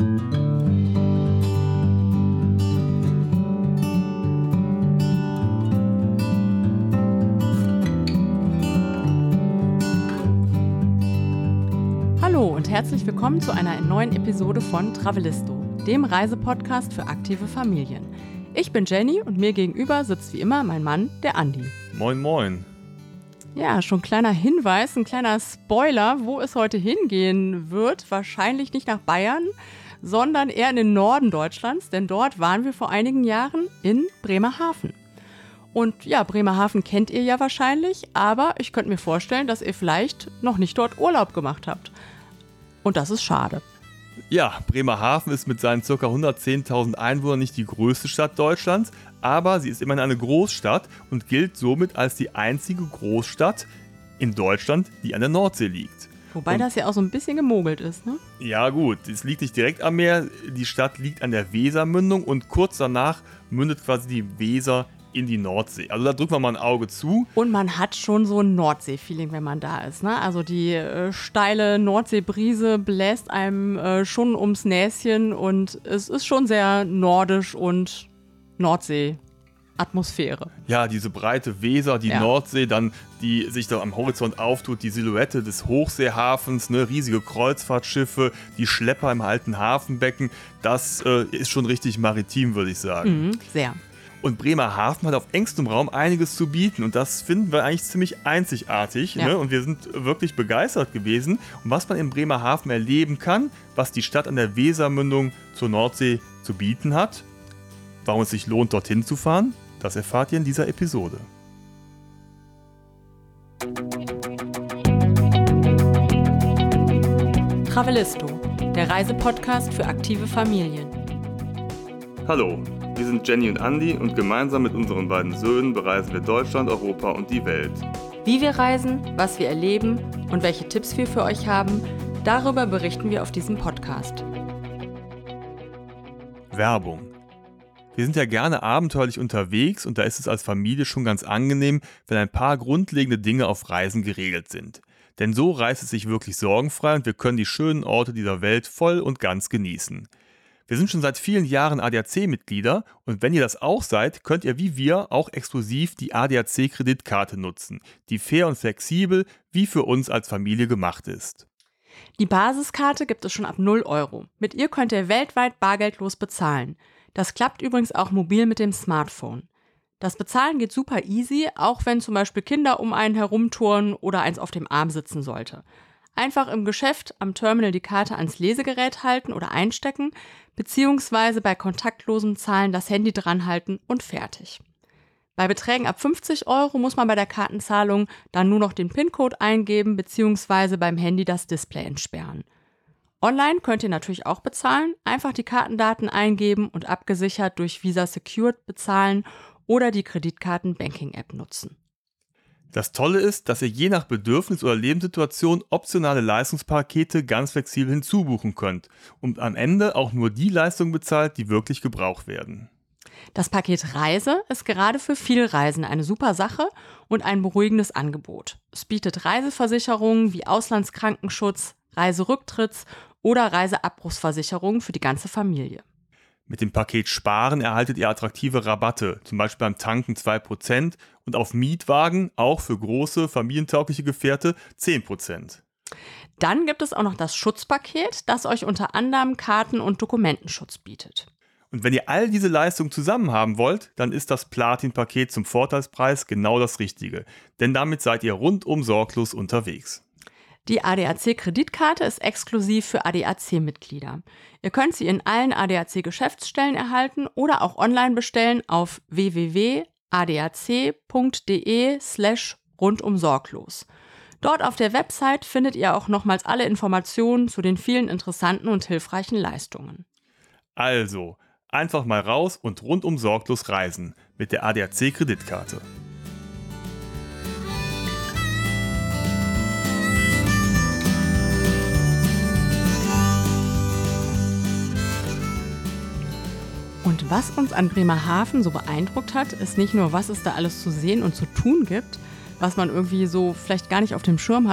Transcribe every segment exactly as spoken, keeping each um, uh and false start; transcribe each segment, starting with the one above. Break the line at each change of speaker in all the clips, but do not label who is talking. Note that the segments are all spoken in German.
Hallo und herzlich willkommen zu einer neuen Episode von Travelisto, dem Reisepodcast für aktive Familien. Ich bin Jenny und mir gegenüber sitzt wie immer mein Mann, der Andi.
Moin, moin.
Ja, schon ein kleiner Hinweis, ein kleiner Spoiler, wo es heute hingehen wird. Wahrscheinlich nicht nach Bayern, sondern eher in den Norden Deutschlands, denn dort waren wir vor einigen Jahren in Bremerhaven. Und ja, Bremerhaven kennt ihr ja wahrscheinlich, aber ich könnte mir vorstellen, dass ihr vielleicht noch nicht dort Urlaub gemacht habt. Und das ist schade.
Ja, Bremerhaven ist mit seinen ca. hundertzehntausend Einwohnern nicht die größte Stadt Deutschlands, aber sie ist immerhin eine Großstadt und gilt somit als die einzige Großstadt in Deutschland, die an der Nordsee liegt.
Wobei
und,
das ja auch so ein bisschen gemogelt ist, ne?
Ja gut, es liegt nicht direkt am Meer, die Stadt liegt an der Wesermündung und kurz danach mündet quasi die Weser in die Nordsee. Also da drücken wir mal ein Auge zu.
Und man hat schon so ein Nordsee-Feeling, wenn man da ist, ne? Also die äh, steile Nordseebrise bläst einem äh, schon ums Näschen und es ist schon sehr nordisch und Nordsee-Atmosphäre.
Ja, diese breite Weser, die ja. Nordsee, dann die sich da am Horizont auftut, die Silhouette des Hochseehafens, ne, riesige Kreuzfahrtschiffe, die Schlepper im alten Hafenbecken, das äh, ist schon richtig maritim, würde ich sagen.
Mhm, sehr.
Und Bremerhaven hat auf engstem Raum einiges zu bieten und das finden wir eigentlich ziemlich einzigartig. Ja. Ne? Und wir sind wirklich begeistert gewesen. Und was man in Bremerhaven erleben kann, was die Stadt an der Wesermündung zur Nordsee zu bieten hat, warum es sich lohnt, dorthin zu fahren, das erfahrt ihr in dieser Episode.
Travelisto, der Reisepodcast für aktive Familien.
Hallo. Wir sind Jenny und Andi und gemeinsam mit unseren beiden Söhnen bereisen wir Deutschland, Europa und die Welt.
Wie wir reisen, was wir erleben und welche Tipps wir für euch haben, darüber berichten wir auf diesem Podcast.
Werbung. Wir sind ja gerne abenteuerlich unterwegs und da ist es als Familie schon ganz angenehm, wenn ein paar grundlegende Dinge auf Reisen geregelt sind. Denn so reist es sich wirklich sorgenfrei und wir können die schönen Orte dieser Welt voll und ganz genießen. Wir sind schon seit vielen Jahren A D A C-Mitglieder und wenn ihr das auch seid, könnt ihr wie wir auch exklusiv die A D A C-Kreditkarte nutzen, die fair und flexibel wie für uns als Familie gemacht ist.
Die Basiskarte gibt es schon ab null Euro. Mit ihr könnt ihr weltweit bargeldlos bezahlen. Das klappt übrigens auch mobil mit dem Smartphone. Das Bezahlen geht super easy, auch wenn zum Beispiel Kinder um einen herumturnen oder eins auf dem Arm sitzen sollte. Einfach im Geschäft am Terminal die Karte ans Lesegerät halten oder einstecken, beziehungsweise bei kontaktlosem Zahlen das Handy dranhalten und fertig. Bei Beträgen ab fünfzig Euro muss man bei der Kartenzahlung dann nur noch den PIN-Code eingeben, beziehungsweise beim Handy das Display entsperren. Online könnt ihr natürlich auch bezahlen, einfach die Kartendaten eingeben und abgesichert durch Visa Secured bezahlen oder die Kreditkarten-Banking-App nutzen.
Das Tolle ist, dass ihr je nach Bedürfnis oder Lebenssituation optionale Leistungspakete ganz flexibel hinzubuchen könnt und am Ende auch nur die Leistungen bezahlt, die wirklich gebraucht werden.
Das Paket Reise ist gerade für Vielreisende eine super Sache und ein beruhigendes Angebot. Es bietet Reiseversicherungen wie Auslandskrankenschutz, Reiserücktritts- oder Reiseabbruchsversicherungen für die ganze Familie.
Mit dem Paket Sparen erhaltet ihr attraktive Rabatte, zum Beispiel beim Tanken zwei Prozent und auf Mietwagen, auch für große, familientaugliche Gefährte, zehn Prozent.
Dann gibt es auch noch das Schutzpaket, das euch unter anderem Karten- und Dokumentenschutz bietet.
Und wenn ihr all diese Leistungen zusammen haben wollt, dann ist das Platin-Paket zum Vorteilspreis genau das Richtige, denn damit seid ihr rundum sorglos unterwegs.
Die A D A C-Kreditkarte ist exklusiv für A D A C-Mitglieder. Ihr könnt sie in allen A D A C-Geschäftsstellen erhalten oder auch online bestellen auf w w w punkt a d a c punkt d e slash rundum sorglos. Dort auf der Website findet ihr auch nochmals alle Informationen zu den vielen interessanten und hilfreichen Leistungen.
Also, einfach mal raus und rundum sorglos reisen mit der A D A C-Kreditkarte.
Und was uns an Bremerhaven so beeindruckt hat, ist nicht nur, was es da alles zu sehen und zu tun gibt, was man irgendwie so vielleicht gar nicht auf dem Schirm hat,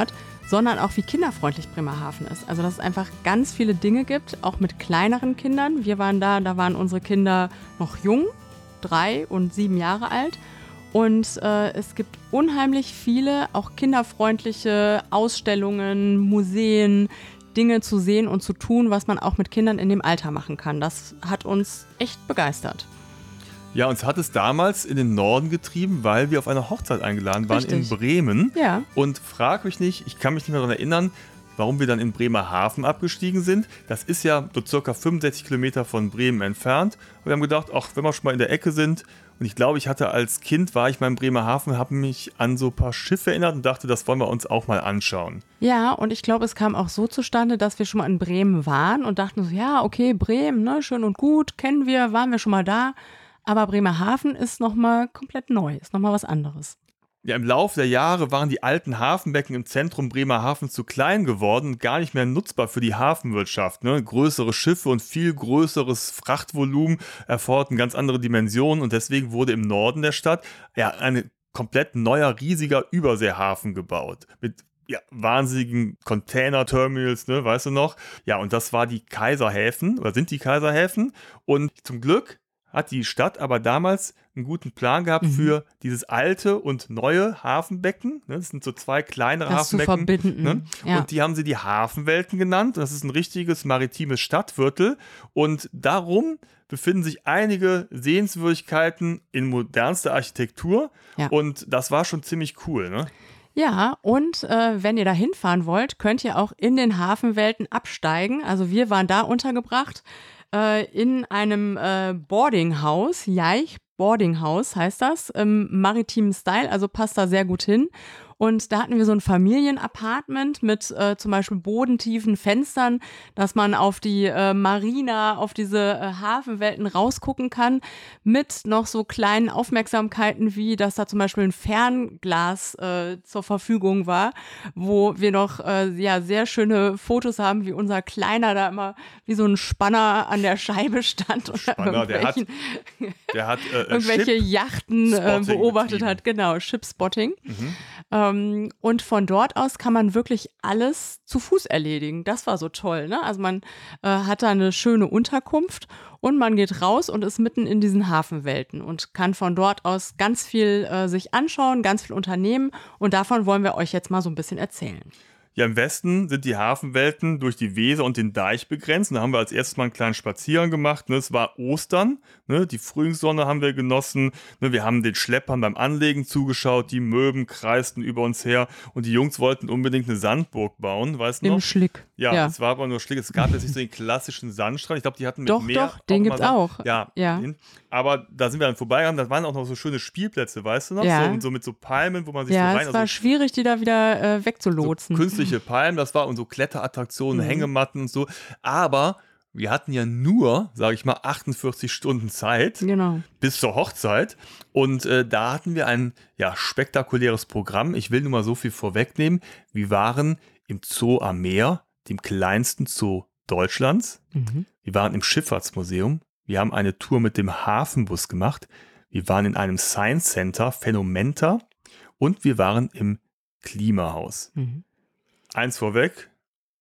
sondern auch wie kinderfreundlich Bremerhaven ist. Also dass es einfach ganz viele Dinge gibt, auch mit kleineren Kindern. Wir waren da, da waren unsere Kinder noch jung, drei und sieben Jahre alt. Und äh, es gibt unheimlich viele, auch kinderfreundliche Ausstellungen, Museen, Dinge zu sehen und zu tun, was man auch mit Kindern in dem Alter machen kann. Das hat uns echt begeistert.
Ja, uns hat es damals in den Norden getrieben, weil wir auf eine Hochzeit eingeladen waren
Richtig.
in Bremen.
Ja.
Und frag mich nicht, ich kann mich nicht mehr daran erinnern, warum wir dann in Bremerhaven abgestiegen sind. Das ist ja so circa fünfundsechzig Kilometer von Bremen entfernt. Und wir haben gedacht, ach, wenn wir schon mal in der Ecke sind. Und ich glaube, ich hatte als Kind, war ich mal in Bremerhaven, habe mich an so ein paar Schiffe erinnert und dachte, das wollen wir uns auch mal anschauen.
Ja, und ich glaube, es kam auch so zustande, dass wir schon mal in Bremen waren und dachten so, ja, okay, Bremen, ne, schön und gut, kennen wir, waren wir schon mal da. Aber Bremerhaven ist nochmal komplett neu, ist nochmal was anderes.
Ja, im Laufe der Jahre waren die alten Hafenbecken im Zentrum Bremerhaven zu klein geworden und gar nicht mehr nutzbar für die Hafenwirtschaft. Ne? Größere Schiffe und viel größeres Frachtvolumen erforderten ganz andere Dimensionen und deswegen wurde im Norden der Stadt ja ein komplett neuer, riesiger Überseehafen gebaut. Mit ja, wahnsinnigen Container-Terminals, ne, weißt du noch? Ja, und das war die Kaiserhäfen, oder sind die Kaiserhäfen. Und zum Glück hat die Stadt aber damals einen guten Plan gehabt mhm. für dieses alte und neue Hafenbecken. Das sind so zwei kleinere
das
Hafenbecken.
Zu verbinden.
Ne?
Ja.
Und die haben sie die Hafenwelten genannt. Das ist ein richtiges maritimes Stadtviertel. Und darum befinden sich einige Sehenswürdigkeiten in modernster Architektur.
Ja.
Und das war schon ziemlich cool, ne?
Ja, und äh, wenn ihr da hinfahren wollt, könnt ihr auch in den Hafenwelten absteigen. Also wir waren da untergebracht äh, in einem äh, Boardinghaus, Jaich Boardinghaus heißt das, im maritimen Style, also passt da sehr gut hin. Und da hatten wir so ein Familienapartment mit äh, zum Beispiel bodentiefen Fenstern, dass man auf die äh, Marina, auf diese äh, Hafenwelten rausgucken kann, mit noch so kleinen Aufmerksamkeiten, wie dass da zum Beispiel ein Fernglas äh, zur Verfügung war, wo wir noch äh, ja, sehr schöne Fotos haben, wie unser Kleiner da immer wie so ein Spanner an der Scheibe stand.
Spanner, der hat, der hat äh,
irgendwelche Yachten äh, beobachtet betrieben. hat. Genau, Shipspotting.
Mhm.
Ähm, und von dort aus kann man wirklich alles zu Fuß erledigen. Das war so toll, ne? Also man äh, hat da eine schöne Unterkunft und man geht raus und ist mitten in diesen Hafenwelten und kann von dort aus ganz viel äh, sich anschauen, ganz viel unternehmen. Und davon wollen wir euch jetzt mal so ein bisschen erzählen.
Ja, im Westen sind die Hafenwelten durch die Weser und den Deich begrenzt. Da haben wir als erstes mal einen kleinen Spaziergang gemacht. Ne? Es war Ostern, ne? Die Frühlingssonne haben wir genossen. Ne? Wir haben den Schleppern beim Anlegen zugeschaut. Die Möwen kreisten über uns her. Und die Jungs wollten unbedingt eine Sandburg bauen, weißt du noch?
Im Schlick.
Ja,
ja,
es war aber nur Schlick. Es gab jetzt nicht so den klassischen Sandstrand. Ich glaube, die hatten mit
doch,
Meer...
Doch, doch, den gibt's auch.
Ja,
ja.
Aber da sind wir dann vorbeigegangen. Da waren auch noch so schöne Spielplätze, weißt du noch?
Ja.
So, und so mit so Palmen, wo man sich
ja,
so rein...
es war also, schwierig, die da wieder äh, wegzulotsen.
So künstliche Palmen, das war und so Kletterattraktionen, mhm. Hängematten und so. Aber wir hatten ja nur, sage ich mal, achtundvierzig Stunden Zeit
genau.
bis zur Hochzeit. Und äh, da hatten wir ein ja, spektakuläres Programm. Ich will nur mal so viel vorwegnehmen. Wir waren im Zoo am Meer, dem kleinsten Zoo Deutschlands. Mhm. Wir waren im Schifffahrtsmuseum. Wir haben eine Tour mit dem Hafenbus gemacht. Wir waren in einem Science Center, Phänomenta. Und wir waren im Klimahaus. Mhm. Eins vorweg,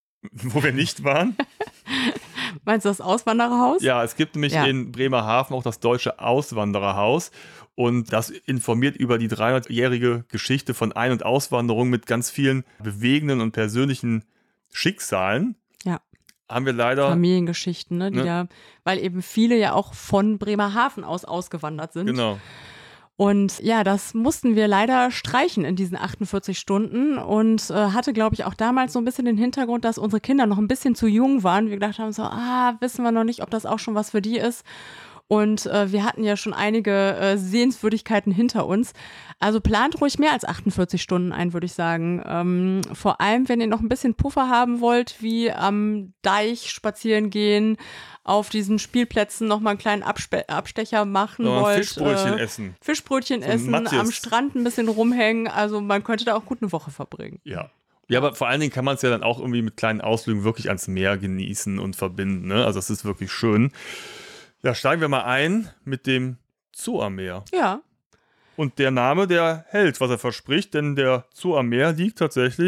wo wir nicht waren.
Meinst du das Auswandererhaus?
Ja, es gibt nämlich ja. in Bremerhaven auch das Deutsche Auswandererhaus. Und das informiert über die dreihundertjährige Geschichte von Ein- und Auswanderung mit ganz vielen bewegenden und persönlichen Schicksalen.
Ja.
Haben wir leider...
Familiengeschichten, ne, die
ne?
da, weil eben viele ja auch von Bremerhaven aus ausgewandert sind.
Genau.
Und ja, das mussten wir leider streichen in diesen achtundvierzig Stunden und äh, hatte, glaube ich, auch damals so ein bisschen den Hintergrund, dass unsere Kinder noch ein bisschen zu jung waren. Wir gedacht haben so, ah, wissen wir noch nicht, ob das auch schon was für die ist. Und äh, wir hatten ja schon einige äh, Sehenswürdigkeiten hinter uns. Also plant ruhig mehr als achtundvierzig Stunden ein, würde ich sagen. Ähm, vor allem, wenn ihr noch ein bisschen Puffer haben wollt, wie am Deich spazieren gehen, auf diesen Spielplätzen nochmal einen kleinen Abspe- Abstecher machen
ja,
wollt.
Fischbrötchen
äh,
essen.
Fischbrötchen
so
essen, am Strand ein bisschen rumhängen. Also man könnte da auch gut eine Woche verbringen.
Ja. Ja, aber vor allen Dingen kann man es ja dann auch irgendwie mit kleinen Ausflügen wirklich ans Meer genießen und verbinden. Ne? Also das ist wirklich schön. Ja, steigen wir mal ein mit dem Zoo am Meer.
Ja.
Und der Name, der hält, was er verspricht, denn der Zoo am Meer liegt tatsächlich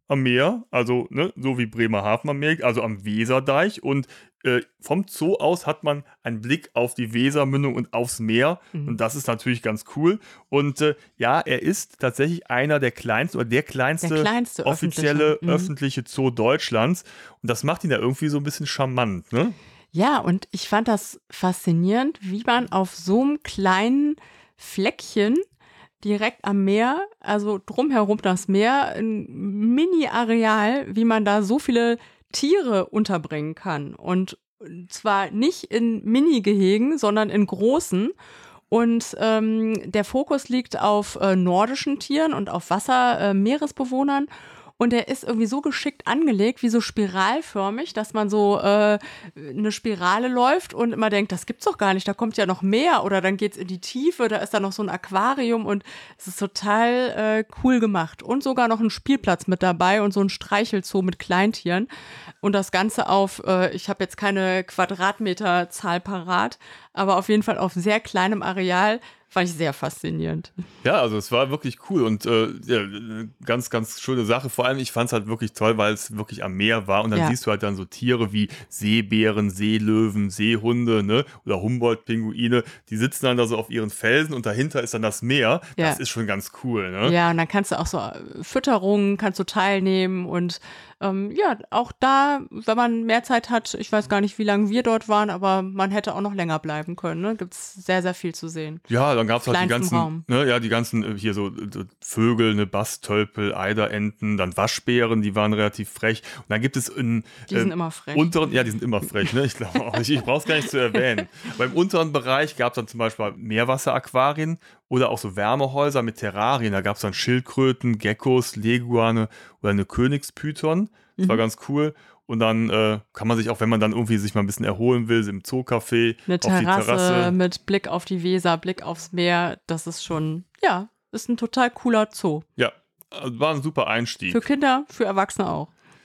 am Meer, also ne, so wie Bremerhaven am Meer, also am Weserdeich. Und äh, vom Zoo aus hat man einen Blick auf die Wesermündung und aufs Meer.
Mhm.
Und das ist natürlich ganz cool. Und äh, ja, er ist tatsächlich einer der kleinsten oder der kleinste,
Der kleinste
offizielle
öffentliche, mhm.
öffentliche Zoo Deutschlands. Und das macht ihn ja irgendwie so ein bisschen charmant, ne?
Ja, und ich fand das faszinierend, wie man auf so einem kleinen Fleckchen direkt am Meer, also drumherum das Meer, ein Mini-Areal, wie man da so viele Tiere unterbringen kann. Und zwar nicht in Mini-Gehegen, sondern in großen. Und ähm, der Fokus liegt auf äh, nordischen Tieren und auf Wasser-Meeresbewohnern. Äh, Und der ist irgendwie so geschickt angelegt, wie so spiralförmig, dass man so äh, eine Spirale läuft und immer denkt, das gibt's doch gar nicht, da kommt ja noch mehr. Oder dann geht's in die Tiefe, da ist da noch so ein Aquarium und es ist total äh, cool gemacht. Und sogar noch ein Spielplatz mit dabei und so ein Streichelzoo mit Kleintieren. Und das Ganze auf, äh, ich habe jetzt keine Quadratmeterzahl parat, aber auf jeden Fall auf sehr kleinem Areal. Fand ich sehr faszinierend.
Ja, also es war wirklich cool und äh, ja, ganz, ganz schöne Sache. Vor allem, ich fand es halt wirklich toll, weil es wirklich am Meer war und dann
Ja.
siehst du halt dann so Tiere wie Seebären, Seelöwen, Seehunde, ne, oder Humboldt-Pinguine, die sitzen dann da so auf ihren Felsen und dahinter ist dann das Meer.
Ja.
Das ist schon ganz cool, ne?
Ja, und dann kannst du auch so Fütterungen, kannst du teilnehmen und ähm, ja, auch da, wenn man mehr Zeit hat, ich weiß gar nicht, wie lange wir dort waren, aber man hätte auch noch länger bleiben können, ne? Gibt es sehr, sehr viel zu sehen.
Ja, dann gab es halt die
Kleinstem
ganzen,
Raum.
ne, ja, die ganzen äh, hier so äh, Vögel, ne, Bastölpel, Eiderenten, dann Waschbären, die waren relativ frech. Und dann gibt es in
Die sind immer frech.
unteren, ja, die sind immer frech, ne? Ich glaube auch nicht, ich brauche es gar nicht zu erwähnen. Beim unteren Bereich gab es dann zum Beispiel Meerwasseraquarien oder auch so Wärmehäuser mit Terrarien. Da gab es dann Schildkröten, Geckos, Leguane oder eine Königspython. Das war ganz cool. Und dann äh, kann man sich auch, wenn man dann irgendwie sich mal ein bisschen erholen will, im Zoocafé
Eine
auf die
Terrasse,
Terrasse.
mit Blick auf die Weser, Blick aufs Meer, das ist schon, ja, ist ein total cooler Zoo.
Ja, also war ein super Einstieg.
Für Kinder, für Erwachsene auch.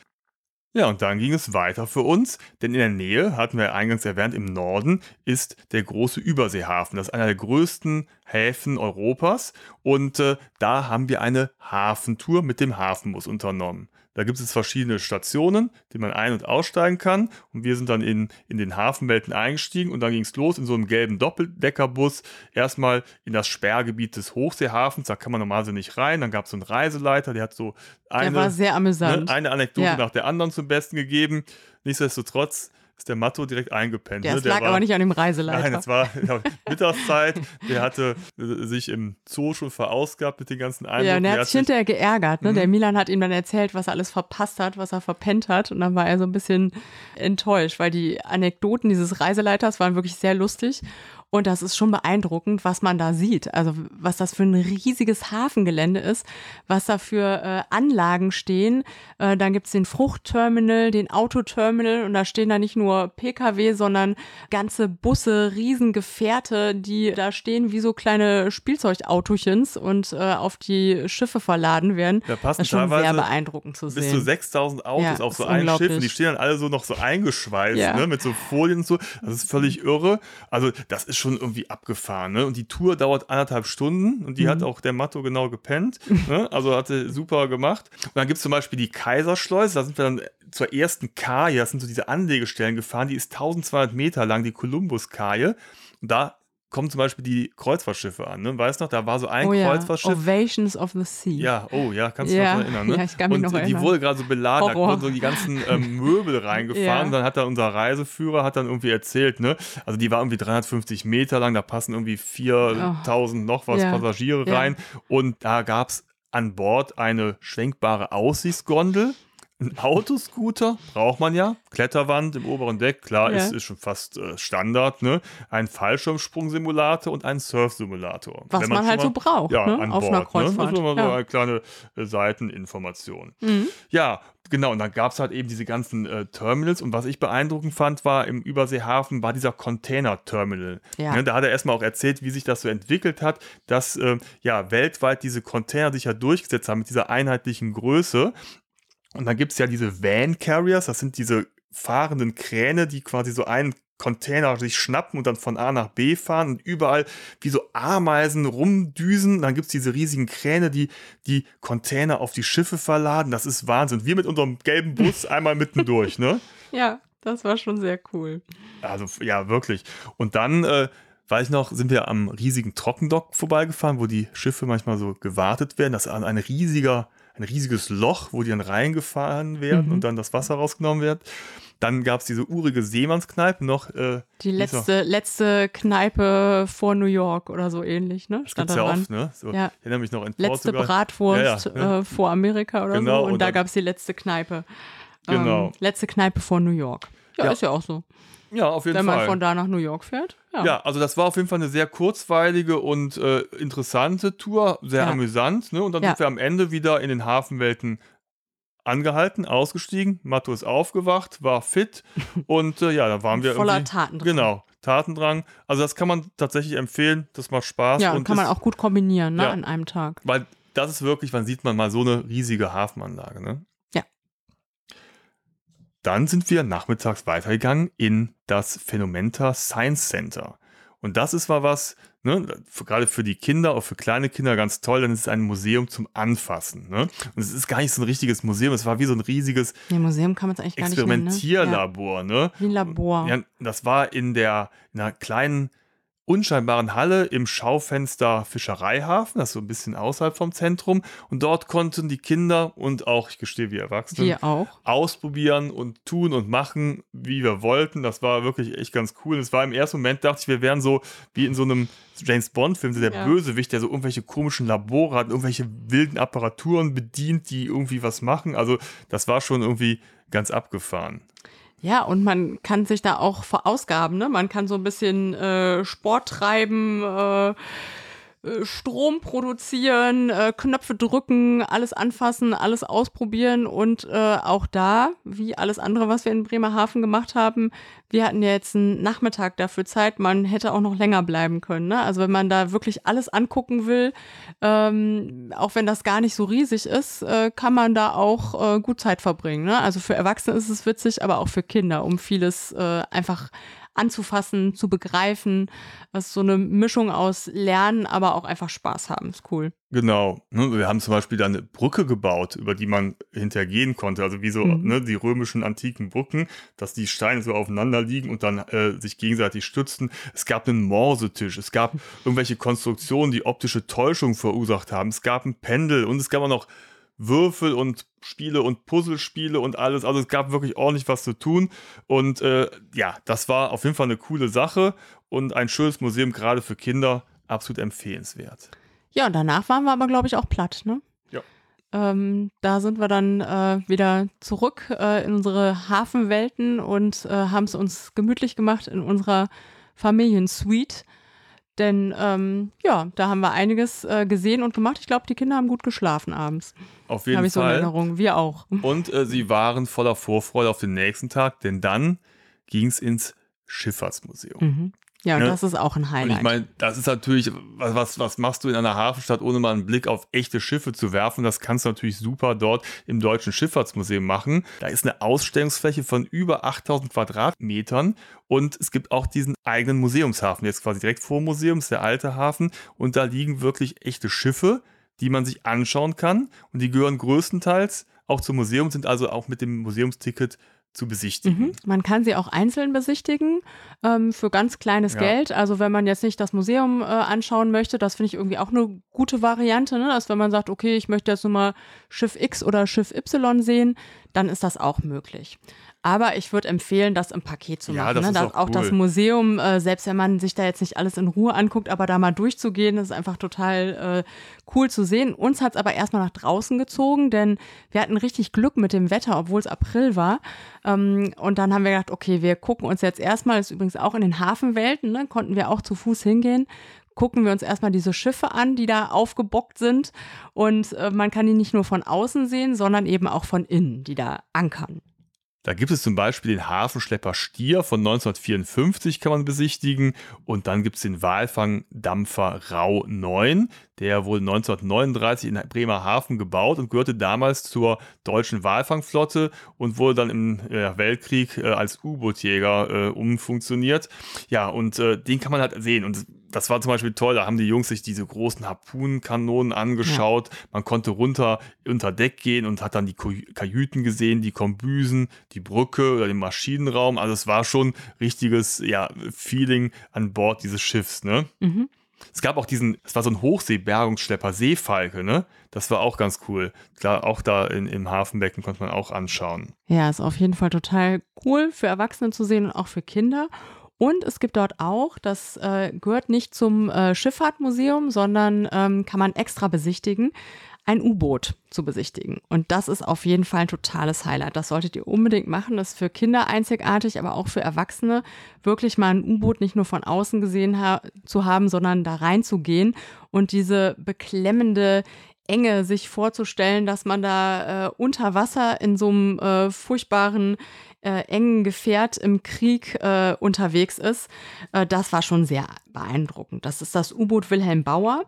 Ja, und dann ging es weiter für uns, denn in der Nähe, hatten wir eingangs erwähnt, im Norden ist der große Überseehafen. Das ist einer der größten Häfen Europas und äh, da haben wir eine Hafentour mit dem Hafenbus unternommen. Da gibt es verschiedene Stationen, die man ein- und aussteigen kann und wir sind dann in, in den Hafenwelten eingestiegen und dann ging es los in so einem gelben Doppeldeckerbus, erstmal in das Sperrgebiet des Hochseehafens, da kann man normalerweise nicht rein, dann gab es so einen Reiseleiter, der hat so eine,
Der war sehr amüsant.
ne, eine Anekdote
Ja.
nach der anderen zum Besten gegeben. Nichtsdestotrotz ist der Matto direkt eingepennt.
Der
ne?
lag
war,
aber nicht an dem Reiseleiter.
Nein, es war ja, Mittagszeit. Der hatte äh, sich im Zoo schon verausgabt mit den ganzen Eindrücken.
Ja, und er
Der
hat sich hinterher geärgert. Ne?
Mhm.
Der Milan hat ihm dann erzählt, was er alles verpasst hat, was er verpennt hat. Und dann war er so ein bisschen enttäuscht, weil die Anekdoten dieses Reiseleiters waren wirklich sehr lustig. Und das ist schon beeindruckend, was man da sieht. Also was das für ein riesiges Hafengelände ist, was da für äh, Anlagen stehen. Äh, dann gibt es den Fruchtterminal, den Autoterminal und da stehen da nicht nur P K W, sondern ganze Busse, Riesengefährte, die da stehen wie so kleine Spielzeugautochens und äh, auf die Schiffe verladen werden.
Da passen
das ist schon sehr
teilweise
beeindruckend zu
bis
sehen.
zu sechstausend Autos
Ja,
auf
das
so
ist
einem Schiff
unglaublich.
und die stehen dann alle so noch so eingeschweißt,
Ja.
ne, mit so Folien und so. Das ist völlig irre. Also das ist schon irgendwie abgefahren. Ne? Und die Tour dauert anderthalb Stunden und die
Mhm.
hat auch der Matto genau gepennt. Ne? Also hatte super gemacht. Und dann gibt es zum Beispiel die Kaiserschleuse. Da sind wir dann zur ersten Kaje. Das sind so diese Anlegestellen gefahren. Die ist tausendzweihundert Meter lang, die Kolumbus-Kaje. Und da kommen zum Beispiel die Kreuzfahrtschiffe an. Ne? Weißt du noch, da war so ein
oh ja,
Kreuzfahrtschiff.
Ovations of the Sea.
Ja, oh ja, kannst du
Ja,
dich noch erinnern, ne?
ja, ich kann mich
und
noch
die
erinnern.
wurde gerade so beladen, da
Horror.
wurden so die ganzen ähm, Möbel reingefahren.
Ja.
Und dann hat da unser Reiseführer hat dann irgendwie erzählt, ne? Also die war irgendwie dreihundertfünfzig Meter lang, da passen irgendwie viertausend noch was
Ja.
Passagiere
Ja.
rein. Und da gab es an Bord eine schwenkbare Aussichtsgondel. Ein Autoscooter braucht man ja. Kletterwand im oberen Deck, klar,
Ja.
ist, ist schon fast äh, Standard, ne? Ein Fallschirmsprungsimulator und ein Surfsimulator.
Was
Wenn
man
schon
halt
mal-
so braucht,
ja,
ne?
an
Auf
Bord,
einer
Ne?
Kreuzfahrt.
Das ist immer so
Ja.
eine kleine äh, Seiteninformation.
Mhm.
Ja, genau. Und dann gab es halt eben diese ganzen äh, Terminals. Und was ich beeindruckend fand, war im Überseehafen war dieser Container-Terminal.
Ja.
Ne, da hat er erstmal auch erzählt, wie sich das so entwickelt hat, dass äh, ja weltweit diese Container sich ja durchgesetzt haben mit dieser einheitlichen Größe. Und dann gibt es ja diese Van Carriers, das sind diese fahrenden Kräne, die quasi so einen Container sich schnappen und dann von A nach B fahren und überall wie so Ameisen rumdüsen. Dann gibt es diese riesigen Kräne, die die Container auf die Schiffe verladen. Das ist Wahnsinn. Wir mit unserem gelben Bus einmal mittendurch, ne?
Ja, das war schon sehr cool.
Also ja, wirklich. Und dann, äh, weiß ich noch, sind wir am riesigen Trockendock vorbeigefahren, wo die Schiffe manchmal so gewartet werden. Das ist ein riesiger, ein riesiges Loch, wo die dann reingefahren werden mhm. und dann das Wasser rausgenommen wird. Dann gab es diese urige Seemannskneipe noch. Äh,
die letzte, letzte Kneipe vor New York oder so ähnlich, ne?
Das gibt es ja oft, ne? So,
ja.
Ich erinnere mich noch in
letzte
Portugal.
Bratwurst ja, ja. Äh, vor Amerika oder
genau,
so. Und,
und
da
dann,
gab es die letzte Kneipe.
Genau.
Ähm, letzte Kneipe vor New York. Ja,
ja,
ist ja auch so.
Ja, auf jeden
Wenn
Fall.
man von da nach New York fährt. Ja,
ja also das war auf jeden Fall eine sehr kurzweilige und äh, interessante Tour. Sehr ja. amüsant. Ne? Und dann ja. sind wir am Ende wieder in den Hafenwelten angehalten, ausgestiegen, Matto ist aufgewacht, war fit und äh, ja, da waren wir
voller
irgendwie...
Tatendrang.
Genau, Tatendrang. Also das kann man tatsächlich empfehlen, das macht Spaß.
Ja,
und
kann man
ist,
auch gut kombinieren, ne,
ja,
an einem Tag.
Weil das ist wirklich, wann sieht man mal so eine riesige Hafenanlage, ne?
Ja.
Dann sind wir nachmittags weitergegangen in das Phänomenta Science Center. Und das ist mal was, ne, für, gerade für die Kinder, auch für kleine Kinder ganz toll, denn es ist ein Museum zum Anfassen. Ne? Und es ist gar nicht so ein richtiges Museum, es war wie so ein riesiges
ja, Museum kann man es eigentlich gar nicht nennen, ne?
Experimentierlabor. Ne?
Wie ein Labor.
Ja, das war in der in einer kleinen, unscheinbaren Halle im Schaufenster Fischereihafen, das ist so ein bisschen außerhalb vom Zentrum. Und dort konnten die Kinder und auch, ich gestehe, wir Erwachsene,
wir auch,
ausprobieren und tun und machen, wie wir wollten. Das war wirklich echt ganz cool. Es war im ersten Moment, dachte ich, wir wären so wie in so einem James-Bond-Film, so der ja. Bösewicht, der so irgendwelche komischen Labore hat, irgendwelche wilden Apparaturen bedient, die irgendwie was machen. Also das war schon irgendwie ganz abgefahren.
Ja, und man kann sich da auch verausgaben, ne? Man kann so ein bisschen äh, Sport treiben, äh, Strom produzieren, äh, Knöpfe drücken, alles anfassen, alles ausprobieren und äh, auch da, wie alles andere, was wir in Bremerhaven gemacht haben, wir hatten ja jetzt einen Nachmittag dafür Zeit, man hätte auch noch länger bleiben können, ne? Also wenn man da wirklich alles angucken will, ähm, auch wenn das gar nicht so riesig ist, äh, kann man da auch äh, gut Zeit verbringen, ne? Also für Erwachsene ist es witzig, aber auch für Kinder, um vieles äh, einfach anzufassen, zu begreifen. Das ist so eine Mischung aus Lernen, aber auch einfach Spaß haben. Ist cool.
Genau. Wir haben zum Beispiel da eine Brücke gebaut, über die man hinterher gehen konnte. Also wie so mhm. ne, die römischen antiken Brücken, dass die Steine so aufeinander liegen und dann äh, sich gegenseitig stützen. Es gab einen Morsetisch. Es gab irgendwelche Konstruktionen, die optische Täuschung verursacht haben. Es gab ein Pendel und es gab auch noch Würfel und Spiele und Puzzlespiele und alles. Also es gab wirklich ordentlich was zu tun. Und äh, ja, das war auf jeden Fall eine coole Sache und ein schönes Museum, gerade für Kinder, absolut empfehlenswert.
Ja, und danach waren wir aber, glaube ich, auch platt, ne?
Ja.
Ähm, da sind wir dann äh, wieder zurück äh, in unsere Hafenwelten und äh, haben es uns gemütlich gemacht in unserer Familiensuite. Denn ähm, ja, da haben wir einiges äh, gesehen und gemacht. Ich glaube, die Kinder haben gut geschlafen abends.
Auf jeden
Habe ich so in
Fall.
Erinnerung. Wir auch.
Und äh, sie waren voller Vorfreude auf den nächsten Tag, denn dann ging es ins Schifffahrtsmuseum.
Mhm. Ja, und
ne?
das ist auch ein Highlight.
Und ich meine, das ist natürlich, was, was, was machst du in einer Hafenstadt, ohne mal einen Blick auf echte Schiffe zu werfen? Das kannst du natürlich super dort im Deutschen Schifffahrtsmuseum machen. Da ist eine Ausstellungsfläche von über achttausend Quadratmetern und es gibt auch diesen eigenen Museumshafen, jetzt quasi direkt vor dem Museum, ist der alte Hafen und da liegen wirklich echte Schiffe, die man sich anschauen kann und die gehören größtenteils auch zum Museum, sind also auch mit dem Museumsticket zu besichtigen.
Mhm. Man kann sie auch einzeln besichtigen ähm, für ganz kleines
ja.
Geld. Also wenn man jetzt nicht das Museum äh, anschauen möchte, das finde ich irgendwie auch eine gute Variante, ne? Dass wenn man sagt, okay, ich möchte jetzt nur mal Schiff X oder Schiff Y sehen, dann ist das auch möglich. Aber ich würde empfehlen, das im Paket zu
Ja,
machen.
das
Ne?
ist
Dass
auch
auch
cool.
das Museum, äh, selbst wenn man sich da jetzt nicht alles in Ruhe anguckt, aber da mal durchzugehen, das ist einfach total äh, cool zu sehen. Uns hat es aber erstmal nach draußen gezogen, denn wir hatten richtig Glück mit dem Wetter, obwohl es April war. Ähm, und dann haben wir gedacht, okay, wir gucken uns jetzt erstmal, das ist übrigens auch in den Hafenwelten, ne, konnten wir auch zu Fuß hingehen, gucken wir uns erstmal diese Schiffe an, die da aufgebockt sind. Und äh, man kann die nicht nur von außen sehen, sondern eben auch von innen, die da ankern.
Da gibt es zum Beispiel den Hafenschlepper Stier von neunzehnhundertvierundfünfzig, kann man besichtigen. Und dann gibt es den Walfangdampfer Rau neun. Der wurde neunzehnhundertneununddreißig in Bremerhaven gebaut und gehörte damals zur deutschen Walfangflotte und wurde dann im äh, Weltkrieg äh, als U-Bootjäger äh, umfunktioniert. Ja, und äh, den kann man halt sehen. Und das war zum Beispiel toll, da haben die Jungs sich diese großen Harpunenkanonen angeschaut. Ja. Man konnte runter unter Deck gehen und hat dann die Kajüten gesehen, die Kombüsen, die Brücke oder den Maschinenraum. Also es war schon richtiges ja, Feeling an Bord dieses Schiffs, ne? Mhm. Es gab auch diesen, es war so ein Hochseebergungsschlepper, Seefalke, ne? Das war auch ganz cool. Klar, auch da in, im Hafenbecken konnte man auch anschauen.
Ja, ist auf jeden Fall total cool für Erwachsene zu sehen und auch für Kinder. Und es gibt dort auch, das äh, gehört nicht zum äh, Schifffahrtmuseum, sondern ähm, kann man extra besichtigen, ein U-Boot zu besichtigen. Und das ist auf jeden Fall ein totales Highlight. Das solltet ihr unbedingt machen. Das ist für Kinder einzigartig, aber auch für Erwachsene, wirklich mal ein U-Boot nicht nur von außen gesehen ha- zu haben, sondern da reinzugehen und diese beklemmende Enge sich vorzustellen, dass man da äh, unter Wasser in so einem äh, furchtbaren, äh, engen Gefährt im Krieg äh, unterwegs ist. Äh, das war schon sehr beeindruckend. Das ist das U-Boot Wilhelm Bauer.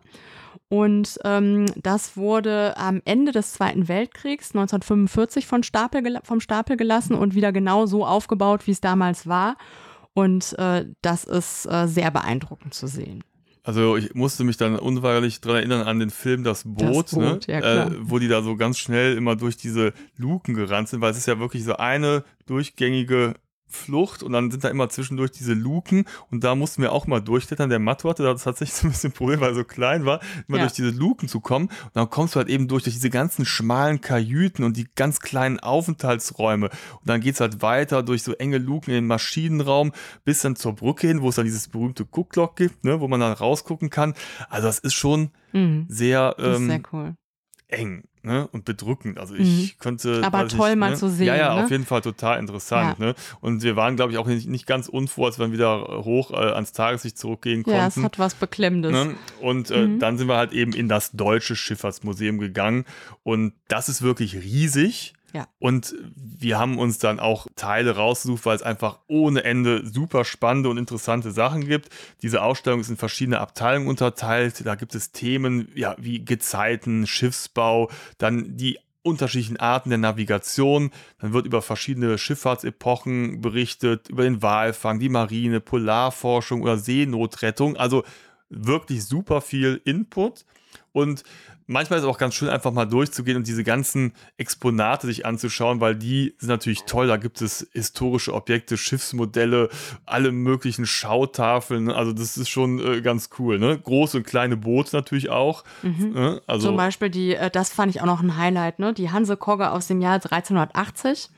Und ähm, das wurde am Ende des Zweiten Weltkriegs neunzehnhundertfünfundvierzig von Stapel gel- vom Stapel gelassen und wieder genau so aufgebaut, wie es damals war. Und äh, das ist äh, sehr beeindruckend zu sehen.
Also ich musste mich dann unweigerlich daran erinnern an den Film Das Boot,
das Boot
ne?
ja, klar.
Äh, wo die da so ganz schnell immer durch diese Luken gerannt sind, weil es ist ja wirklich so eine durchgängige Flucht und dann sind da immer zwischendurch diese Luken und da mussten wir auch mal durchklettern. Der Matto hatte da tatsächlich so ein bisschen Problem, weil er so klein war, immer ja. durch diese Luken zu kommen und dann kommst du halt eben durch, durch diese ganzen schmalen Kajüten und die ganz kleinen Aufenthaltsräume und dann geht's halt weiter durch so enge Luken in den Maschinenraum bis dann zur Brücke hin, wo es dann dieses berühmte Guckloch gibt, ne, wo man dann rausgucken kann. Also das ist schon mhm. sehr, ähm,
das ist sehr cool.
eng, ne, und bedrückend. Also ich mhm. könnte...
Aber toll
nicht,
mal
ne?
zu sehen.
Ja, ja,
ne?
auf jeden Fall total interessant.
Ja.
Ne? Und wir waren, glaube ich, auch nicht, nicht ganz unfroh, als wir dann wieder hoch äh, ans Tageslicht zurückgehen konnten.
Ja, es hat was Beklemmendes.
Ne? Und äh, mhm. dann sind wir halt eben in das Deutsche Schifffahrtsmuseum gegangen. Und das ist wirklich riesig.
Ja.
Und wir haben uns dann auch Teile rausgesucht, weil es einfach ohne Ende super spannende und interessante Sachen gibt. Diese Ausstellung ist in verschiedene Abteilungen unterteilt. Da gibt es Themen ja, wie Gezeiten, Schiffsbau, dann die unterschiedlichen Arten der Navigation. Dann wird über verschiedene Schifffahrtsepochen berichtet, über den Walfang, die Marine, Polarforschung oder Seenotrettung. Also wirklich super viel Input. Und manchmal ist es auch ganz schön, einfach mal durchzugehen und diese ganzen Exponate sich anzuschauen, weil die sind natürlich toll. Da gibt es historische Objekte, Schiffsmodelle, alle möglichen Schautafeln. Also das ist schon äh, ganz cool. Ne? Große und kleine Boote natürlich auch.
Mhm.
Ne? Also,
zum Beispiel, die, äh, das fand ich auch noch ein Highlight, ne? Die Hanse Kogge aus dem Jahr dreizehnhundertachtzig.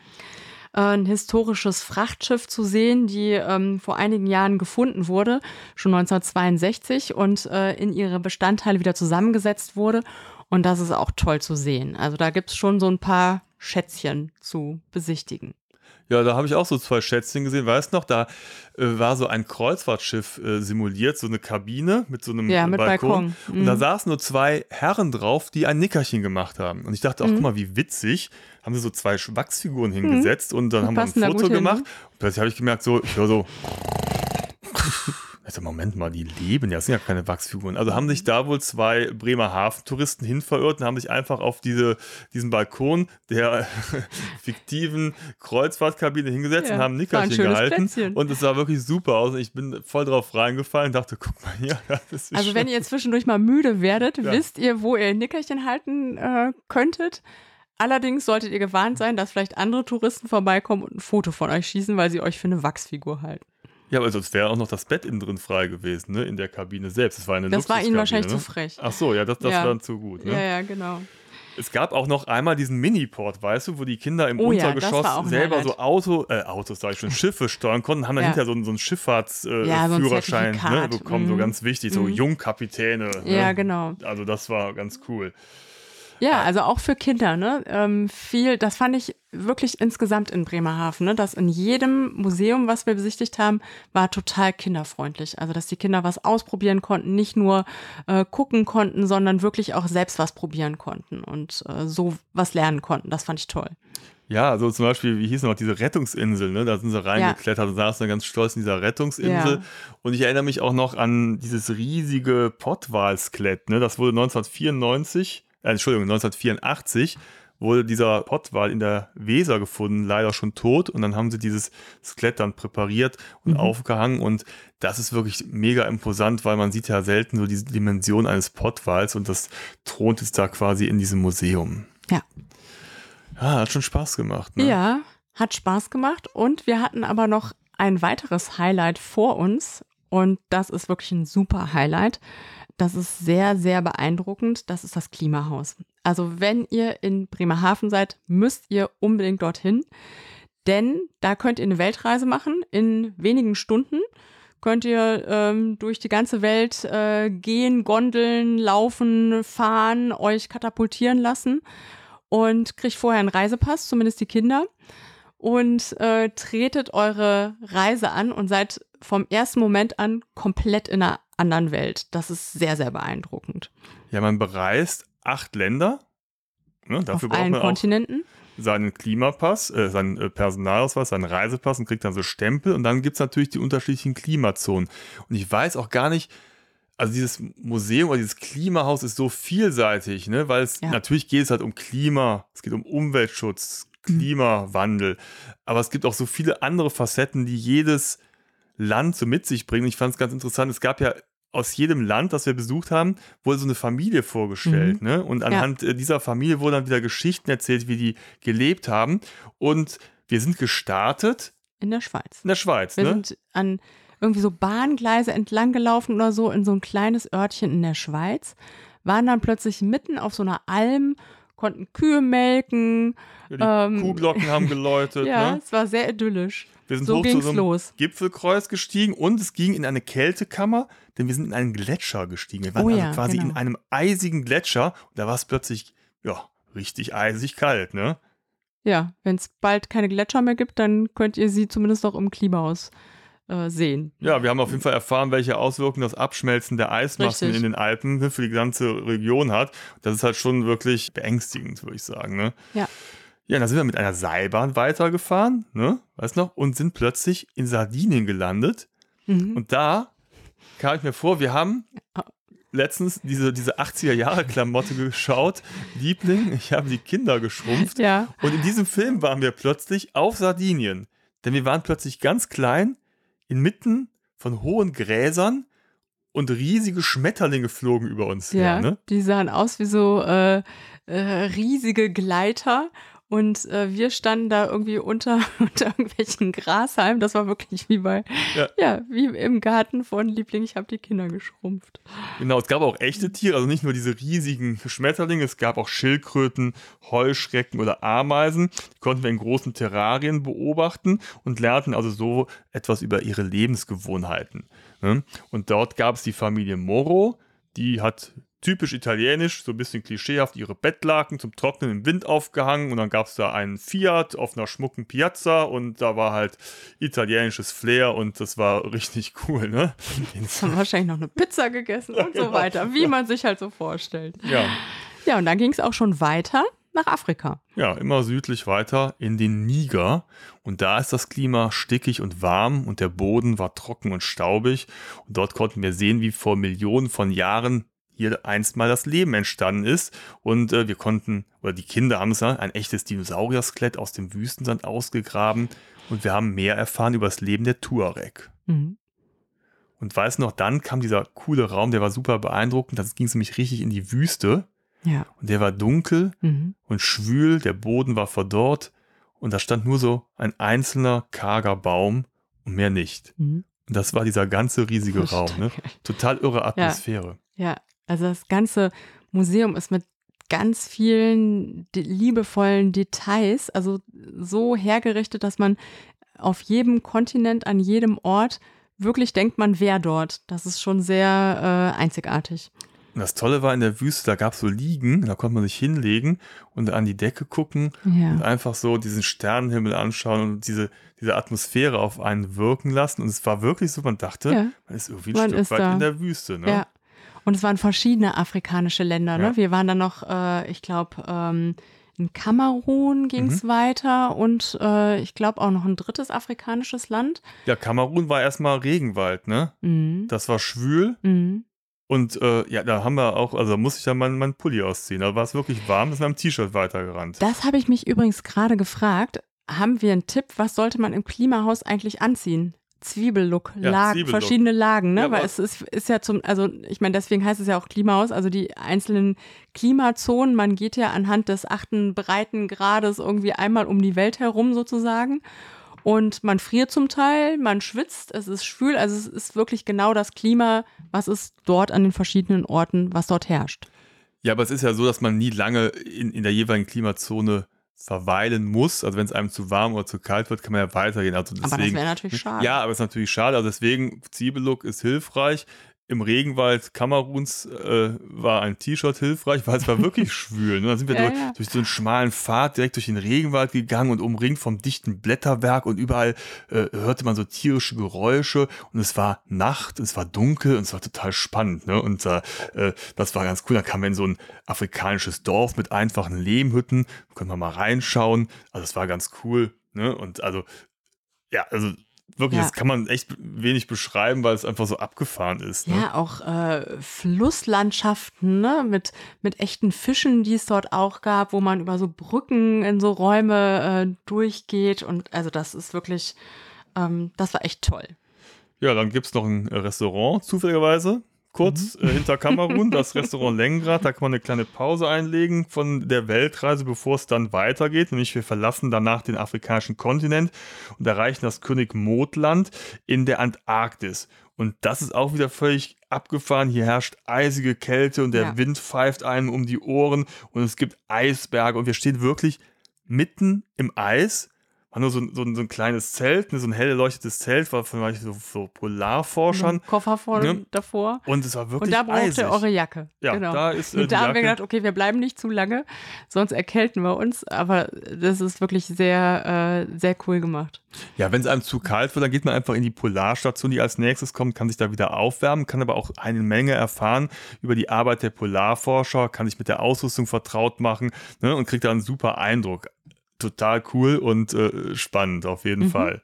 Ein historisches Frachtschiff zu sehen, die ähm, vor einigen Jahren gefunden wurde, schon neunzehnhundertzweiundsechzig und äh, in ihre Bestandteile wieder zusammengesetzt wurde. Und das ist auch toll zu sehen. Also da gibt es schon so ein paar Schätzchen zu besichtigen.
Ja, da habe ich auch so zwei Schätzchen gesehen. Weißt du noch, da äh, war so ein Kreuzfahrtschiff äh, simuliert, so eine Kabine mit so einem
ja, mit
Balkon.
Balkon. Mhm.
Und da saßen nur zwei Herren drauf, die ein Nickerchen gemacht haben. Und ich dachte auch, mhm. guck mal, wie witzig. Haben sie so zwei Wachsfiguren hingesetzt mhm. und dann die haben wir ein Foto gemacht. Hin, ne? Und plötzlich habe ich gemerkt, so, ich höre so... Also Moment mal, die leben ja, das sind ja keine Wachsfiguren. Also haben sich da wohl zwei Bremerhaven-Touristen hin verirrt und haben sich einfach auf diese, diesen Balkon der fiktiven Kreuzfahrtkabine hingesetzt ja, und haben ein Nickerchen gehalten. Plätzchen. Und es sah wirklich super aus. Und ich bin voll drauf reingefallen und dachte, guck mal hier. Das ist
also
schön.
Wenn ihr zwischendurch mal müde werdet,
ja.
wisst ihr, wo ihr ein Nickerchen halten äh, könntet. Allerdings solltet ihr gewarnt sein, dass vielleicht andere Touristen vorbeikommen und ein Foto von euch schießen, weil sie euch für eine Wachsfigur halten.
Ja, aber sonst wäre auch noch das Bett innen drin frei gewesen, ne, in der Kabine selbst. Das war eine
Das war ihnen wahrscheinlich
ne?
zu frech.
Ach so, ja, das, das
ja.
war dann zu gut. Ne?
Ja, ja, genau.
Es gab auch noch einmal diesen Miniport, weißt du, wo die Kinder im
oh
Untergeschoss
ja,
selber
Highlight.
so Auto, äh, Autos, sag ich schon, Schiffe steuern konnten, haben dann
ja.
hinterher so, so einen Schifffahrtsführerschein
ja, so
ne, bekommen,
mhm.
so ganz wichtig, so
mhm.
Jungkapitäne.
Ja,
ne?
genau.
Also das war ganz cool.
Ja, also auch für Kinder, ne? Ähm, viel, das fand ich wirklich insgesamt in Bremerhaven, ne? Dass in jedem Museum, was wir besichtigt haben, war total kinderfreundlich. Also dass die Kinder was ausprobieren konnten, nicht nur äh, gucken konnten, sondern wirklich auch selbst was probieren konnten und äh, so was lernen konnten. Das fand ich toll.
Ja, so zum Beispiel, wie hieß noch, diese Rettungsinsel, ne? Da sind sie reingeklettert und saßen dann ganz stolz in dieser Rettungsinsel.
Ja.
Und ich erinnere mich auch noch an dieses riesige Pottwal-Skelett, ne? Das wurde neunzehnhundertvierundneunzig, äh, Entschuldigung, neunzehnhundertvierundachtzig wurde dieser Pottwal in der Weser gefunden, leider schon tot. Und dann haben sie dieses Skelett dann präpariert und
Mhm.
aufgehangen. Und das ist wirklich mega imposant, weil man sieht ja selten so diese Dimension eines Pottwals und das thront jetzt da quasi in diesem Museum.
Ja.
Ja, hat schon Spaß gemacht, ne?
Ja, hat Spaß gemacht und wir hatten aber noch ein weiteres Highlight vor uns und das ist wirklich ein super Highlight. Das ist sehr, sehr beeindruckend. Das ist das Klimahaus. Also wenn ihr in Bremerhaven seid, müsst ihr unbedingt dorthin, denn da könnt ihr eine Weltreise machen in wenigen Stunden. Könnt ihr ähm, durch die ganze Welt äh, gehen, gondeln, laufen, fahren, euch katapultieren lassen. Und kriegt vorher einen Reisepass, zumindest die Kinder, und äh, tretet eure Reise an und seid vom ersten Moment an komplett in einer anderen Welt. Das ist sehr, sehr beeindruckend.
Ja, man bereist acht Länder. Ne, dafür
Auf
braucht
allen
man auch
Kontinenten.
seinen Klimapass, äh, seinen äh, Personalausweis, seinen Reisepass und kriegt dann so Stempel. Und dann gibt es natürlich die unterschiedlichen Klimazonen. Und ich weiß auch gar nicht, also dieses Museum oder dieses Klimahaus ist so vielseitig, ne? Weil es
Ja.
natürlich geht es halt um Klima, es geht um Umweltschutz, Klimawandel, aber es gibt auch so viele andere Facetten, die jedes Land so mit sich bringt. Ich fand es ganz interessant, es gab ja aus jedem Land, das wir besucht haben, wurde so eine Familie vorgestellt,
Mhm.
ne? Und anhand äh, dieser Familie wurden dann wieder Geschichten erzählt, wie die gelebt haben. Und wir sind gestartet
In der Schweiz.
in der Schweiz,
Wir
ne?
sind an irgendwie so Bahngleise entlang gelaufen oder so in so ein kleines Örtchen in der Schweiz, waren dann plötzlich mitten auf so einer Alm, konnten Kühe melken.
Ja, die
ähm,
Kuhglocken haben geläutet,
Ja,
ne?
es war sehr idyllisch.
Wir sind
So
hoch zu
ging's
so einem
los.
Gipfelkreuz gestiegen und es ging in eine Kältekammer, denn wir sind in einen Gletscher gestiegen. Wir waren
Oh
also
ja,
quasi
genau.
in einem eisigen Gletscher und da war es plötzlich, ja, richtig eisig kalt, ne?
Ja, wenn es bald keine Gletscher mehr gibt, dann könnt ihr sie zumindest auch im Klimahaus äh, sehen.
Ja, wir haben auf jeden Fall erfahren, welche Auswirkungen das Abschmelzen der Eismassen
Richtig.
in den Alpen ne, für die ganze Region hat. Das ist halt schon wirklich beängstigend, würde ich sagen, ne?
Ja.
Ja, dann sind wir mit einer Seilbahn weitergefahren, ne? Weißt du noch? Und sind plötzlich in Sardinien gelandet.
Mhm.
Und da kam ich mir vor, wir haben letztens diese, diese achtziger-Jahre-Klamotte geschaut. Liebling, ich habe die Kinder geschrumpft.
Ja.
Und in diesem Film waren wir plötzlich auf Sardinien. Denn wir waren plötzlich ganz klein, inmitten von hohen Gräsern und riesige Schmetterlinge flogen über uns
Ja,
her. Ne?
die sahen aus wie so äh, äh, riesige Gleiter und äh, wir standen da irgendwie unter, unter irgendwelchen Grashalmen. Das war wirklich wie bei,
Ja.
ja, wie im Garten von Liebling, ich habe die Kinder geschrumpft.
Genau, es gab auch echte Tiere, also nicht nur diese riesigen Schmetterlinge, es gab auch Schildkröten, Heuschrecken oder Ameisen. Die konnten wir in großen Terrarien beobachten und lernten also so etwas über ihre Lebensgewohnheiten. Ne? Und dort gab es die Familie Moro, die hat typisch italienisch, so ein bisschen klischeehaft, ihre Bettlaken zum Trocknen im Wind aufgehangen und dann gab es da einen Fiat auf einer schmucken Piazza und da war halt italienisches Flair und das war richtig cool, ne?
Haben wahrscheinlich noch eine Pizza gegessen und so
genau.
weiter, wie man sich halt so vorstellt.
Ja.
Ja, und dann ging es auch schon weiter nach Afrika.
Ja, immer südlich weiter in den Niger. Und da ist das Klima stickig und warm und der Boden war trocken und staubig. Und dort konnten wir sehen, wie vor Millionen von Jahren hier einst mal das Leben entstanden ist. Und äh, wir konnten, oder die Kinder haben es ja, ein echtes Dinosaurier-Skelett aus dem Wüstensand ausgegraben. Und wir haben mehr erfahren über das Leben der Tuareg.
Mhm.
Und weiß noch, dann kam dieser coole Raum, der war super beeindruckend. Da ging es nämlich richtig in die Wüste.
Ja.
Und der war dunkel
Mhm.
und schwül, der Boden war verdorrt und da stand nur so ein einzelner karger Baum und mehr nicht.
Mhm.
Und das war dieser ganze riesige Raum. Ne? Total irre Atmosphäre.
Ja, also das ganze Museum ist mit ganz vielen de- liebevollen Details, also so hergerichtet, dass man auf jedem Kontinent, an jedem Ort wirklich denkt, man wäre dort. Das ist schon sehr äh, einzigartig.
Und das Tolle war in der Wüste, da gab es so Liegen, da konnte man sich hinlegen und an die Decke gucken
Ja.
und einfach so diesen Sternenhimmel anschauen und diese, diese Atmosphäre auf einen wirken lassen. Und es war wirklich so, man dachte,
Ja.
man ist irgendwie ein
Man
Stück
ist
weit
da.
in der Wüste. Ne?
Ja. Und es waren verschiedene afrikanische Länder. Ne?
Ja.
Wir waren dann noch, äh, ich glaube, ähm, in Kamerun ging es
Mhm.
weiter und äh, ich glaube auch noch ein drittes afrikanisches Land.
Ja, Kamerun war erstmal Regenwald, ne?
Mhm.
Das war schwül.
Mhm.
Und äh, ja, da haben wir auch, also da musste ich dann meinen mein Pulli ausziehen. Da war es wirklich warm, ist mit einem T-Shirt weitergerannt.
Das habe ich mich übrigens gerade gefragt. Haben wir einen Tipp, was sollte man im Klimahaus eigentlich anziehen? Zwiebellook,
Ja,
Lagen,
Zwiebellook.
verschiedene Lagen, ne?
Ja,
Weil
aber-
es ist, ist ja zum, also ich meine, deswegen heißt es ja auch Klimahaus, also die einzelnen Klimazonen, man geht ja anhand des achten Breitengrades irgendwie einmal um die Welt herum sozusagen. Und man friert zum Teil, man schwitzt, es ist schwül, also es ist wirklich genau das Klima, was ist dort an den verschiedenen Orten, was dort herrscht.
Ja, aber es ist ja so, dass man nie lange in, in der jeweiligen Klimazone verweilen muss. Also wenn es einem zu warm oder zu kalt wird, kann man ja weitergehen. Also deswegen,
Aber das wäre natürlich schade.
Ja, aber es ist natürlich schade. Also deswegen, Zwiebellook ist hilfreich. Im Regenwald Kameruns äh, war ein T-Shirt hilfreich, weil es war wirklich schwül. Ne? Da sind wir
Ja,
durch,
ja.
durch so einen schmalen Pfad direkt durch den Regenwald gegangen und umringt vom dichten Blätterwerk und überall äh, hörte man so tierische Geräusche und es war Nacht, es war dunkel und es war total spannend. Ne? Und äh, äh, das war ganz cool. Dann kamen wir in so ein afrikanisches Dorf mit einfachen Lehmhütten, konnten wir mal reinschauen. Also es war ganz cool. Ne? Und also, ja, also wirklich,
Ja.
das kann man echt wenig beschreiben, weil es einfach so abgefahren ist. Ne?
Ja, auch äh, Flusslandschaften, ne? Mit, mit echten Fischen, die es dort auch gab, wo man über so Brücken in so Räume äh, durchgeht. Und also das ist wirklich, ähm, das war echt toll.
Ja, dann gibt es noch ein Restaurant, zufälligerweise, kurz
Mhm.
äh, hinter Kamerun, das Restaurant Lengrad. Da kann man eine kleine Pause einlegen von der Weltreise, bevor es dann weitergeht. Nämlich wir verlassen danach den afrikanischen Kontinent und erreichen das König Maud-Land in der Antarktis. Und das ist auch wieder völlig abgefahren. Hier herrscht eisige Kälte und der
Ja.
Wind pfeift einem um die Ohren und es gibt Eisberge und wir stehen wirklich mitten im Eis. War nur so, so, so ein kleines Zelt, ne, so ein hell erleuchtetes Zelt, war von so, so Polarforschern.
Ein Koffer vor,
Ne?
davor.
Und es war wirklich
Und da braucht
eisig.
ihr eure Jacke.
Ja,
genau.
da ist, äh,
Und
die
da haben wir
Jacke.
gedacht, okay, wir bleiben nicht zu lange, sonst erkälten wir uns. Aber das ist wirklich sehr, äh, sehr cool gemacht.
Ja, wenn es einem zu kalt wird, dann geht man einfach in die Polarstation, die als nächstes kommt, kann sich da wieder aufwärmen, kann aber auch eine Menge erfahren über die Arbeit der Polarforscher, kann sich mit der Ausrüstung vertraut machen, ne, und kriegt da einen super Eindruck. Total cool und äh, spannend auf jeden
Mhm.
Fall.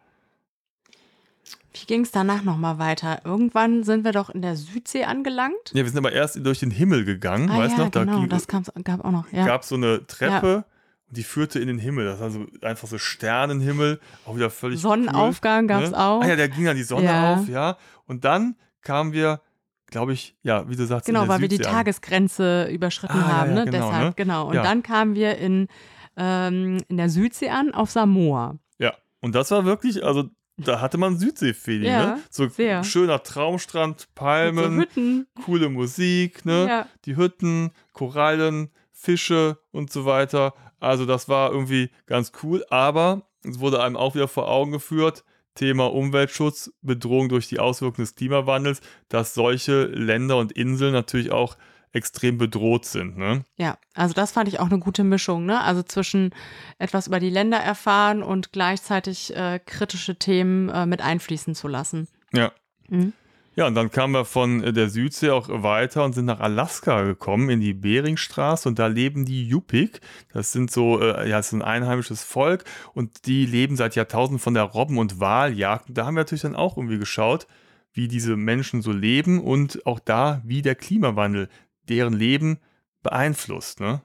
Wie ging es danach nochmal weiter? Irgendwann sind wir doch in der Südsee angelangt.
Ja, wir sind aber erst durch den Himmel gegangen,
Ah
weißt
ja,
noch? Da
genau,
ging-
das kam's, gab auch noch. Ja.
gab es so eine Treppe und die führte in den Himmel. Das war so einfach so Sternenhimmel, auch wieder völlig
Sonnenaufgang
cool,
gab's auch.
Ah ja, da ging dann die Sonne
Ja.
auf, ja. Und dann kamen wir, glaube ich, ja, wie du sagst,
Genau,
in der
weil wir die
Südsee an.
Tagesgrenze überschritten
Ah, ja,
haben,
ja,
ne?
genau,
Deshalb,
ne?
genau. Und
Ja.
dann kamen wir in, ähm, in der Südsee an, auf Samoa.
Ja, und das war wirklich, also da hatte man Südsee-Feeling,
Ja,
ne? So
sehr.
schöner Traumstrand,
Mit so
Palmen,
Hütten.
coole Musik, ne?
Ja.
Die Hütten, Korallen, Fische und so weiter. Also das war irgendwie ganz cool, aber es wurde einem auch wieder vor Augen geführt, Thema Umweltschutz, Bedrohung durch die Auswirkungen des Klimawandels, dass solche Länder und Inseln natürlich auch extrem bedroht sind, ne?
Ja, also das fand ich auch eine gute Mischung, ne? Also zwischen etwas über die Länder erfahren und gleichzeitig äh, kritische Themen äh, mit einfließen zu lassen.
Ja.
Mhm.
Ja, und dann kamen wir von äh, der Südsee auch weiter und sind nach Alaska gekommen, in die Beringstraße, und da leben die Yupik. Das sind so, äh, ja, das ist ein einheimisches Volk und die leben seit Jahrtausenden von der Robben- und Waljagd. Und da haben wir natürlich dann auch irgendwie geschaut, wie diese Menschen so leben und auch da, wie der Klimawandel deren Leben beeinflusst, ne?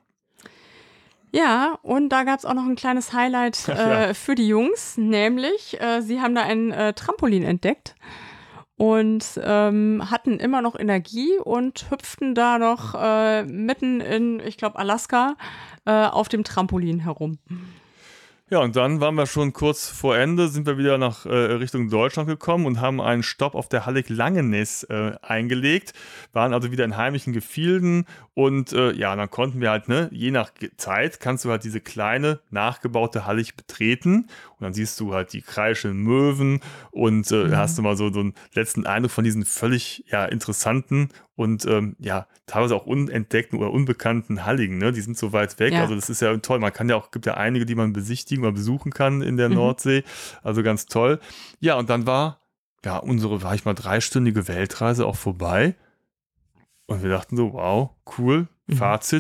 Ja, und da gab es auch noch ein kleines Highlight äh,
Ja.
für die Jungs, nämlich äh, sie haben da ein äh, Trampolin entdeckt und ähm, hatten immer noch Energie und hüpften da noch äh, mitten in, ich glaube, Alaska äh, auf dem Trampolin herum.
Ja, und dann waren wir schon kurz vor Ende, sind wir wieder nach äh, Richtung Deutschland gekommen und haben einen Stopp auf der Hallig Langeneß äh, eingelegt, waren also wieder in heimischen Gefilden und äh, ja, dann konnten wir halt, ne, je nach Ge- Zeit kannst du halt diese kleine, nachgebaute Hallig betreten und dann siehst du halt die kreischenden Möwen und äh,
Mhm.
hast du mal so, so einen letzten Eindruck von diesen völlig, ja, interessanten und ähm, ja, teilweise auch unentdeckten oder unbekannten Halligen, ne? Die sind so weit weg.
Ja.
Also das ist ja toll. Man kann ja auch, gibt ja einige, die man besichtigen oder besuchen kann in der
Mhm.
Nordsee. Also ganz toll. Ja, und dann war ja unsere, sag ich mal, dreistündige Weltreise auch vorbei. Und wir dachten so, wow, cool.
Mhm.
Fazit,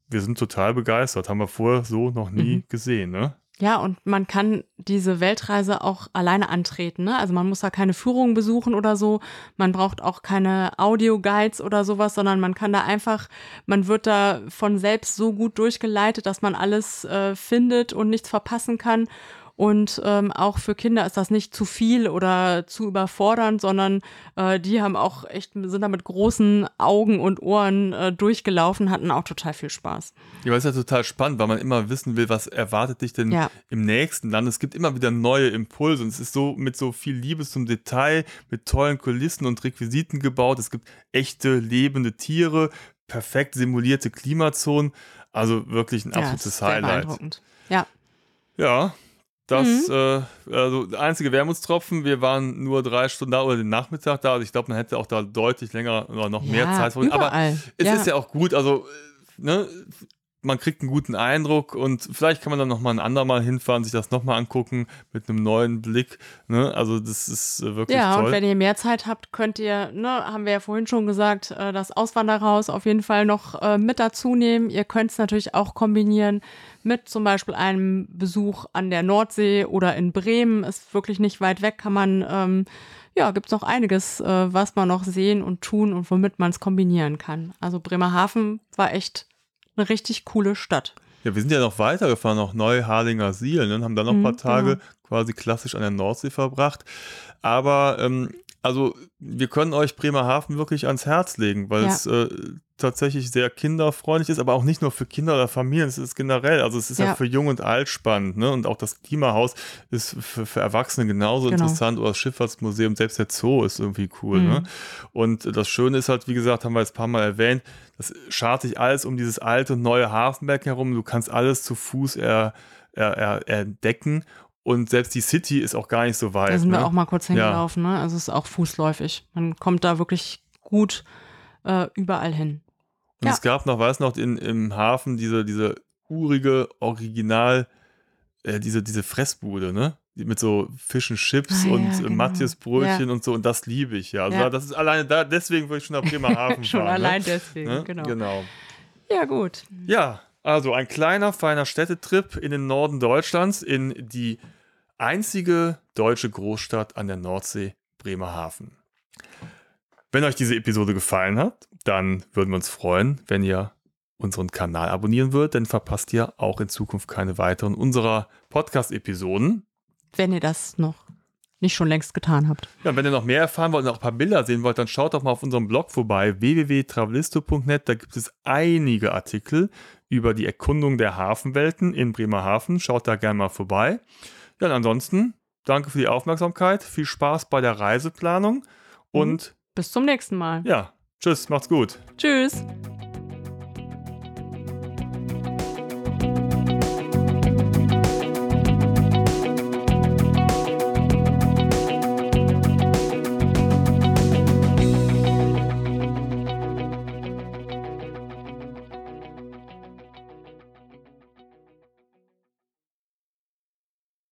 wir sind total begeistert. Haben wir vorher so noch nie mhm. gesehen, ne?
Ja, und man kann diese Weltreise auch alleine antreten, ne? Also man muss da keine Führung besuchen oder so. Man braucht auch keine Audioguides oder sowas, sondern man kann da einfach, man wird da von selbst so gut durchgeleitet, dass man alles äh, findet und nichts verpassen kann. Und ähm, auch für Kinder ist das nicht zu viel oder zu überfordernd, sondern äh, die haben auch echt, sind da mit großen Augen und Ohren äh, durchgelaufen, hatten auch total viel Spaß.
Ja, aber es ist ja total spannend, weil man immer wissen will, was erwartet dich denn ja. im nächsten Land. Es gibt immer wieder neue Impulse und es ist so mit so viel Liebe zum Detail, mit tollen Kulissen und Requisiten gebaut. Es gibt echte, lebende Tiere, perfekt simulierte Klimazonen. Also wirklich ein absolutes ja, sehr Highlight.
Beeindruckend. Ja.
Ja. Das, mhm. äh, also der einzige Wermutstropfen, wir waren nur drei Stunden da oder den Nachmittag da, also ich glaube, man hätte auch da deutlich länger oder noch
ja,
mehr Zeit verbringen. Aber es ja. ist ja auch gut, also ne, man kriegt einen guten Eindruck und vielleicht kann man dann nochmal ein andermal hinfahren, sich das nochmal angucken mit einem neuen Blick, ne, also das ist wirklich
ja,
toll.
Ja, und wenn ihr mehr Zeit habt, könnt ihr, ne, haben wir ja vorhin schon gesagt, das Auswanderhaus auf jeden Fall noch mit dazu nehmen. Ihr könnt es natürlich auch kombinieren mit zum Beispiel einem Besuch an der Nordsee oder in Bremen, ist wirklich nicht weit weg, kann man, ähm, ja, gibt es noch einiges, äh, was man noch sehen und tun und womit man es kombinieren kann. Also Bremerhaven war echt eine richtig coole Stadt.
Ja, wir sind ja noch weitergefahren, noch Neu-Harlinger-Siel, ne? Haben da noch ein paar mhm, Tage genau. quasi klassisch an der Nordsee verbracht. Aber ähm, also wir können euch Bremerhaven wirklich ans Herz legen, weil ja. es äh, tatsächlich sehr kinderfreundlich ist, aber auch nicht nur für Kinder oder Familien, es ist generell, also es ist ja, ja für Jung und Alt spannend, ne? Und auch das Klimahaus ist für, für Erwachsene genauso genau. interessant oder das Schifffahrtsmuseum, selbst der Zoo ist irgendwie cool, mhm. ne? Und das Schöne ist halt, wie gesagt, haben wir jetzt ein paar Mal erwähnt, das schart sich alles um dieses alte und neue Hafenberg herum, du kannst alles zu Fuß er, er, er, entdecken. Und selbst die City ist auch gar nicht so weit.
Da sind
ne?
wir auch mal kurz hingelaufen, ja. ne? Also es ist auch fußläufig. Man kommt da wirklich gut äh, überall hin.
Und ja. es gab noch, weiß noch, in, im Hafen diese, diese urige, original, äh, diese, diese Fressbude, ne? Mit so Fish and Chips ah, und ja, genau. Matthias-Brötchen ja. und so. Und das liebe ich, ja. Also ja. das ist alleine da, deswegen würde ich schon nach Bremerhaven
schon
fahren.
Schon allein
ne?
deswegen,
ne?
genau.
genau.
Ja, gut.
Ja, also ein kleiner, feiner Städtetrip in den Norden Deutschlands, in die einzige deutsche Großstadt an der Nordsee, Bremerhaven. Wenn euch diese Episode gefallen hat, dann würden wir uns freuen, wenn ihr unseren Kanal abonnieren würdet, denn verpasst ihr auch in Zukunft keine weiteren unserer Podcast-Episoden.
Wenn ihr das noch nicht schon längst getan habt.
Ja, und wenn ihr noch mehr erfahren wollt und auch ein paar Bilder sehen wollt, dann schaut doch mal auf unserem Blog vorbei, w w w punkt travelisto punkt net. Da gibt es einige Artikel über die Erkundung der Hafenwelten in Bremerhaven. Schaut da gerne mal vorbei. Ja, und ansonsten, danke für die Aufmerksamkeit, viel Spaß bei der Reiseplanung und
bis zum nächsten Mal.
Ja, tschüss, macht's gut.
Tschüss.